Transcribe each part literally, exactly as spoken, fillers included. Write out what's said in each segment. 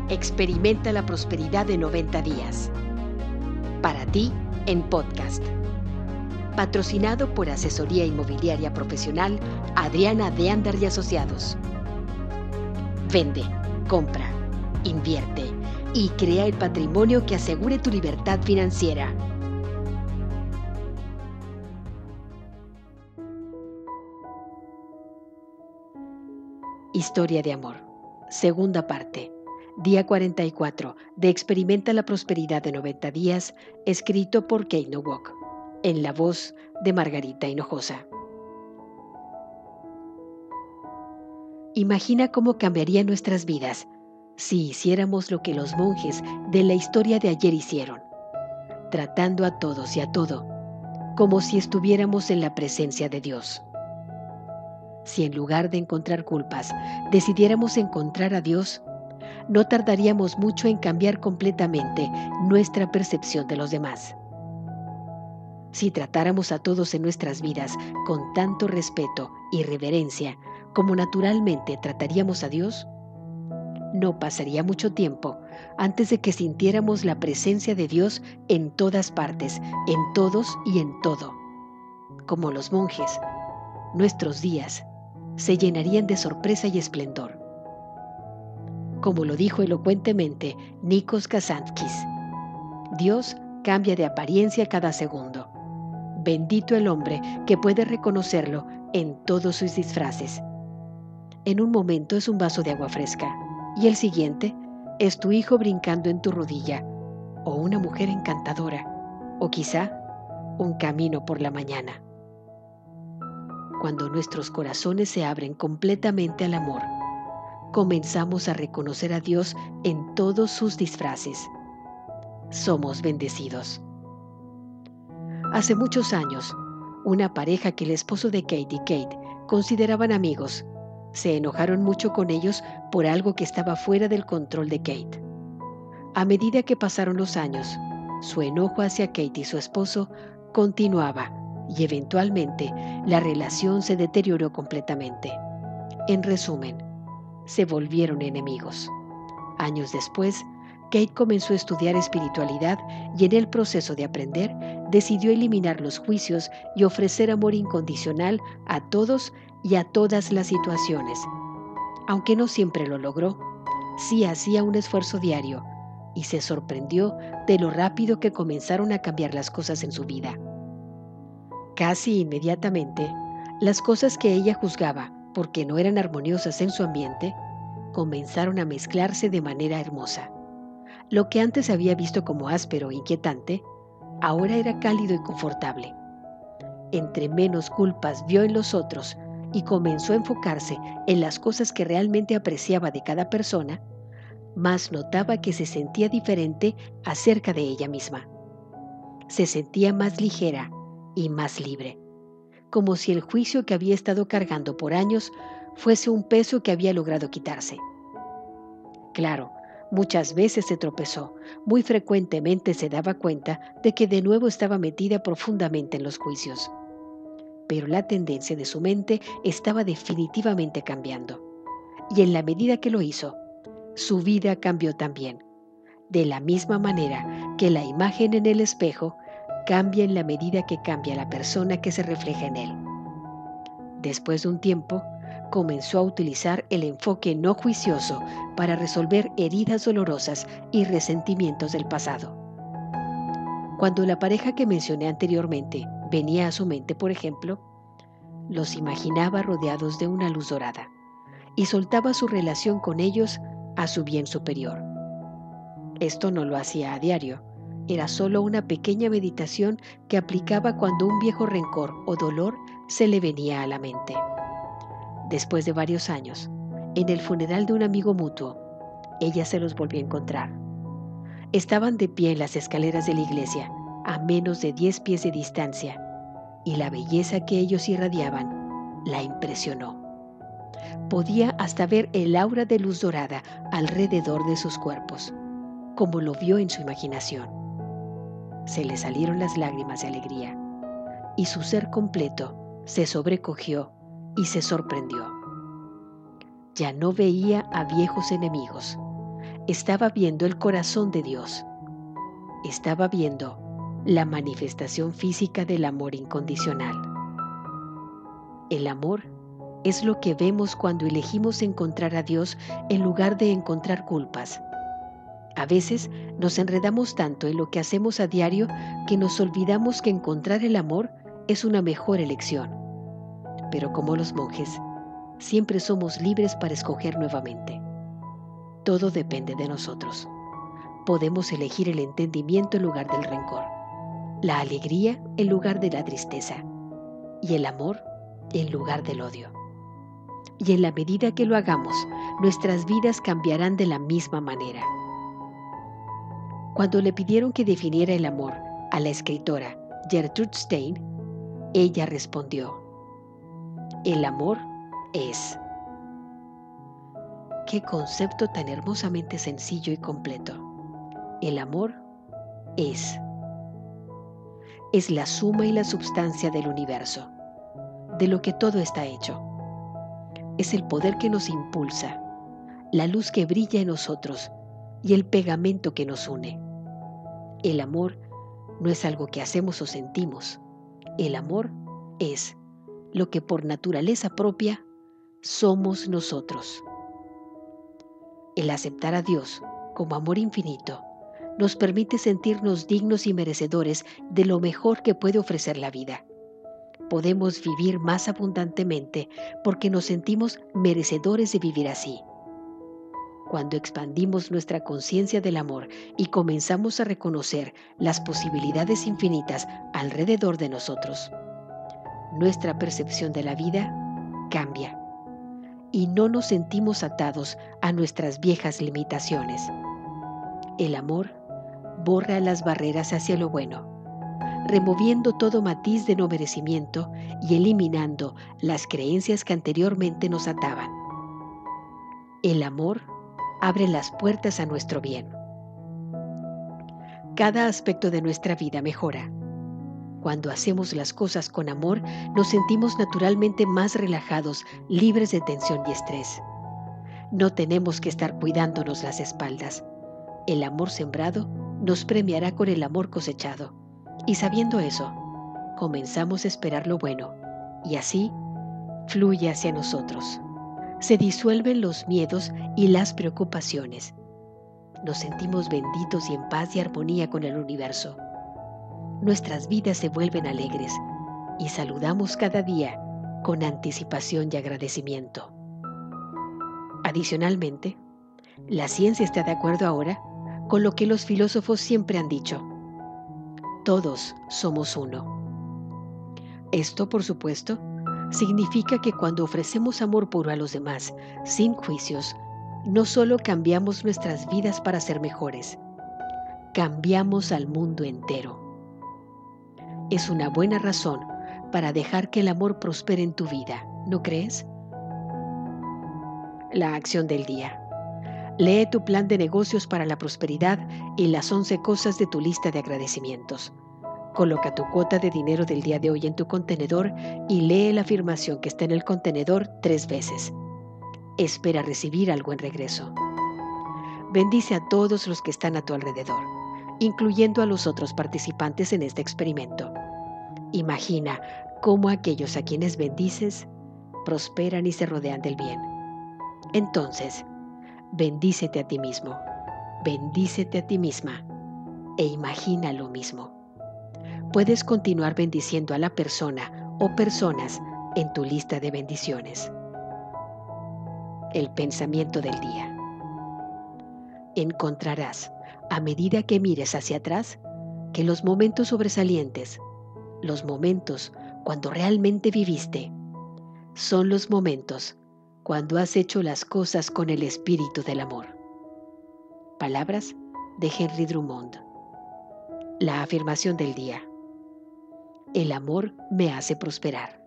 Experimenta la prosperidad de noventa días. Para ti, en podcast. Patrocinado por Asesoría Inmobiliaria Profesional Adriana de Andar y Asociados. Vende, compra, invierte y crea el patrimonio que asegure tu libertad financiera. Historia de amor. Segunda parte. Día cuarenta y cuatro de Experimenta la prosperidad de noventa días, escrito por Kate Nowak, en la voz de Margarita Hinojosa. Imagina cómo cambiarían nuestras vidas si hiciéramos lo que los monjes de la historia de ayer hicieron, tratando a todos y a todo como si estuviéramos en la presencia de Dios. Si en lugar de encontrar culpas, decidiéramos encontrar a Dios, no tardaríamos mucho en cambiar completamente nuestra percepción de los demás. Si tratáramos a todos en nuestras vidas con tanto respeto y reverencia como naturalmente trataríamos a Dios, no pasaría mucho tiempo antes de que sintiéramos la presencia de Dios en todas partes, en todos y en todo. Como los monjes, nuestros días se llenarían de sorpresa y esplendor. Como lo dijo elocuentemente Nikos Kazantzakis, Dios cambia de apariencia cada segundo. Bendito el hombre que puede reconocerlo en todos sus disfraces. En un momento es un vaso de agua fresca y el siguiente es tu hijo brincando en tu rodilla, o una mujer encantadora, o quizá un camino por la mañana. Cuando nuestros corazones se abren completamente al amor, comenzamos a reconocer a Dios en todos sus disfraces. Somos bendecidos. Hace muchos años, una pareja que el esposo de Kate y Kate consideraban amigos, se enojaron mucho con ellos por algo que estaba fuera del control de Kate. A medida que pasaron los años, su enojo hacia Kate y su esposo continuaba y eventualmente la relación se deterioró completamente. En resumen, se volvieron enemigos. Años después, Kate comenzó a estudiar espiritualidad y en el proceso de aprender decidió eliminar los juicios y ofrecer amor incondicional a todos y a todas las situaciones. Aunque no siempre lo logró, sí hacía un esfuerzo diario y se sorprendió de lo rápido que comenzaron a cambiar las cosas en su vida. Casi inmediatamente, las cosas que ella juzgaba porque no eran armoniosas en su ambiente, comenzaron a mezclarse de manera hermosa. Lo que antes había visto como áspero e inquietante, ahora era cálido y confortable. Entre menos culpas vio en los otros y comenzó a enfocarse en las cosas que realmente apreciaba de cada persona, más notaba que se sentía diferente acerca de ella misma. Se sentía más ligera y más libre, como si el juicio que había estado cargando por años fuese un peso que había logrado quitarse. Claro, muchas veces se tropezó, muy frecuentemente se daba cuenta de que de nuevo estaba metida profundamente en los juicios. Pero la tendencia de su mente estaba definitivamente cambiando. Y en la medida que lo hizo, su vida cambió también. De la misma manera que la imagen en el espejo cambia en la medida que cambia la persona que se refleja en él. Después de un tiempo, comenzó a utilizar el enfoque no juicioso para resolver heridas dolorosas y resentimientos del pasado. Cuando la pareja que mencioné anteriormente venía a su mente, por ejemplo, los imaginaba rodeados de una luz dorada y soltaba su relación con ellos a su bien superior. Esto no lo hacía a diario. Era solo una pequeña meditación que aplicaba cuando un viejo rencor o dolor se le venía a la mente. Después de varios años, en el funeral de un amigo mutuo, ella se los volvió a encontrar. Estaban de pie en las escaleras de la iglesia, a menos de diez pies de distancia, y la belleza que ellos irradiaban la impresionó. Podía hasta ver el aura de luz dorada alrededor de sus cuerpos, como lo vio en su imaginación. Se le salieron las lágrimas de alegría, y su ser completo se sobrecogió y se sorprendió. Ya no veía a viejos enemigos. estaba viendo el corazón de Dios. Estaba viendo la manifestación física del amor incondicional. El amor es lo que vemos cuando elegimos encontrar a Dios en lugar de encontrar culpas. A veces nos enredamos tanto en lo que hacemos a diario que nos olvidamos que encontrar el amor es una mejor elección. Pero como los monjes, siempre somos libres para escoger nuevamente. Todo depende de nosotros. Podemos elegir el entendimiento en lugar del rencor, la alegría en lugar de la tristeza y el amor en lugar del odio. Y en la medida que lo hagamos, nuestras vidas cambiarán de la misma manera. Cuando le pidieron que definiera el amor a la escritora Gertrude Stein, ella respondió: el amor es. Qué concepto tan hermosamente sencillo y completo. El amor es. Es la suma y la substancia del universo, de lo que todo está hecho. Es el poder que nos impulsa, la luz que brilla en nosotros y el pegamento que nos une. El amor no es algo que hacemos o sentimos. El amor es lo que por naturaleza propia somos nosotros. El aceptar a Dios como amor infinito nos permite sentirnos dignos y merecedores de lo mejor que puede ofrecer la vida. Podemos vivir más abundantemente porque nos sentimos merecedores de vivir así. Cuando expandimos nuestra conciencia del amor y comenzamos a reconocer las posibilidades infinitas alrededor de nosotros, nuestra percepción de la vida cambia y no nos sentimos atados a nuestras viejas limitaciones. El amor borra las barreras hacia lo bueno, removiendo todo matiz de no merecimiento y eliminando las creencias que anteriormente nos ataban. El amor abre las puertas a nuestro bien. Cada aspecto de nuestra vida mejora. Cuando hacemos las cosas con amor, nos sentimos naturalmente más relajados, libres de tensión y estrés. No tenemos que estar cuidándonos las espaldas. El amor sembrado nos premiará con el amor cosechado. Y sabiendo eso, comenzamos a esperar lo bueno, y así fluye hacia nosotros. Se disuelven los miedos y las preocupaciones. Nos sentimos benditos y en paz y armonía con el universo. Nuestras vidas se vuelven alegres y saludamos cada día con anticipación y agradecimiento. Adicionalmente, la ciencia está de acuerdo ahora con lo que los filósofos siempre han dicho: todos somos uno. Esto, por supuesto, significa que cuando ofrecemos amor puro a los demás, sin juicios, no solo cambiamos nuestras vidas para ser mejores, cambiamos al mundo entero. Es una buena razón para dejar que el amor prospere en tu vida, ¿no crees? La acción del día. Lee tu plan de negocios para la prosperidad y las once cosas de tu lista de agradecimientos. Coloca tu cuota de dinero del día de hoy en tu contenedor y lee la afirmación que está en el contenedor tres veces. Espera recibir algo en regreso. Bendice a todos los que están a tu alrededor, incluyendo a los otros participantes en este experimento. Imagina cómo aquellos a quienes bendices prosperan y se rodean del bien. Entonces, bendícete a ti mismo, bendícete a ti misma e imagina lo mismo. Puedes continuar bendiciendo a la persona o personas en tu lista de bendiciones. El pensamiento del día. Encontrarás, a medida que mires hacia atrás, que los momentos sobresalientes, los momentos cuando realmente viviste, son los momentos cuando has hecho las cosas con el espíritu del amor. Palabras de Henry Drummond. La afirmación del día. El amor me hace prosperar.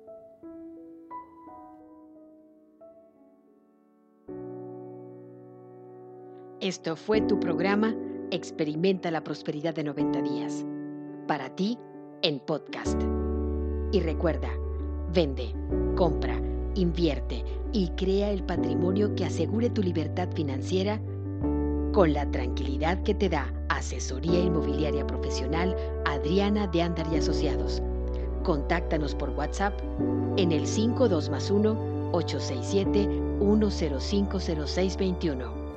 Esto fue tu programa Experimenta la Prosperidad de noventa días. Para ti, en podcast. Y recuerda, vende, compra, invierte y crea el patrimonio que asegure tu libertad financiera con la tranquilidad que te da Asesoría Inmobiliaria Profesional Adriana de Andar y Asociados. Contáctanos por WhatsApp en el cinco dos más uno, ocho seis siete, uno cero cinco cero seis dos uno.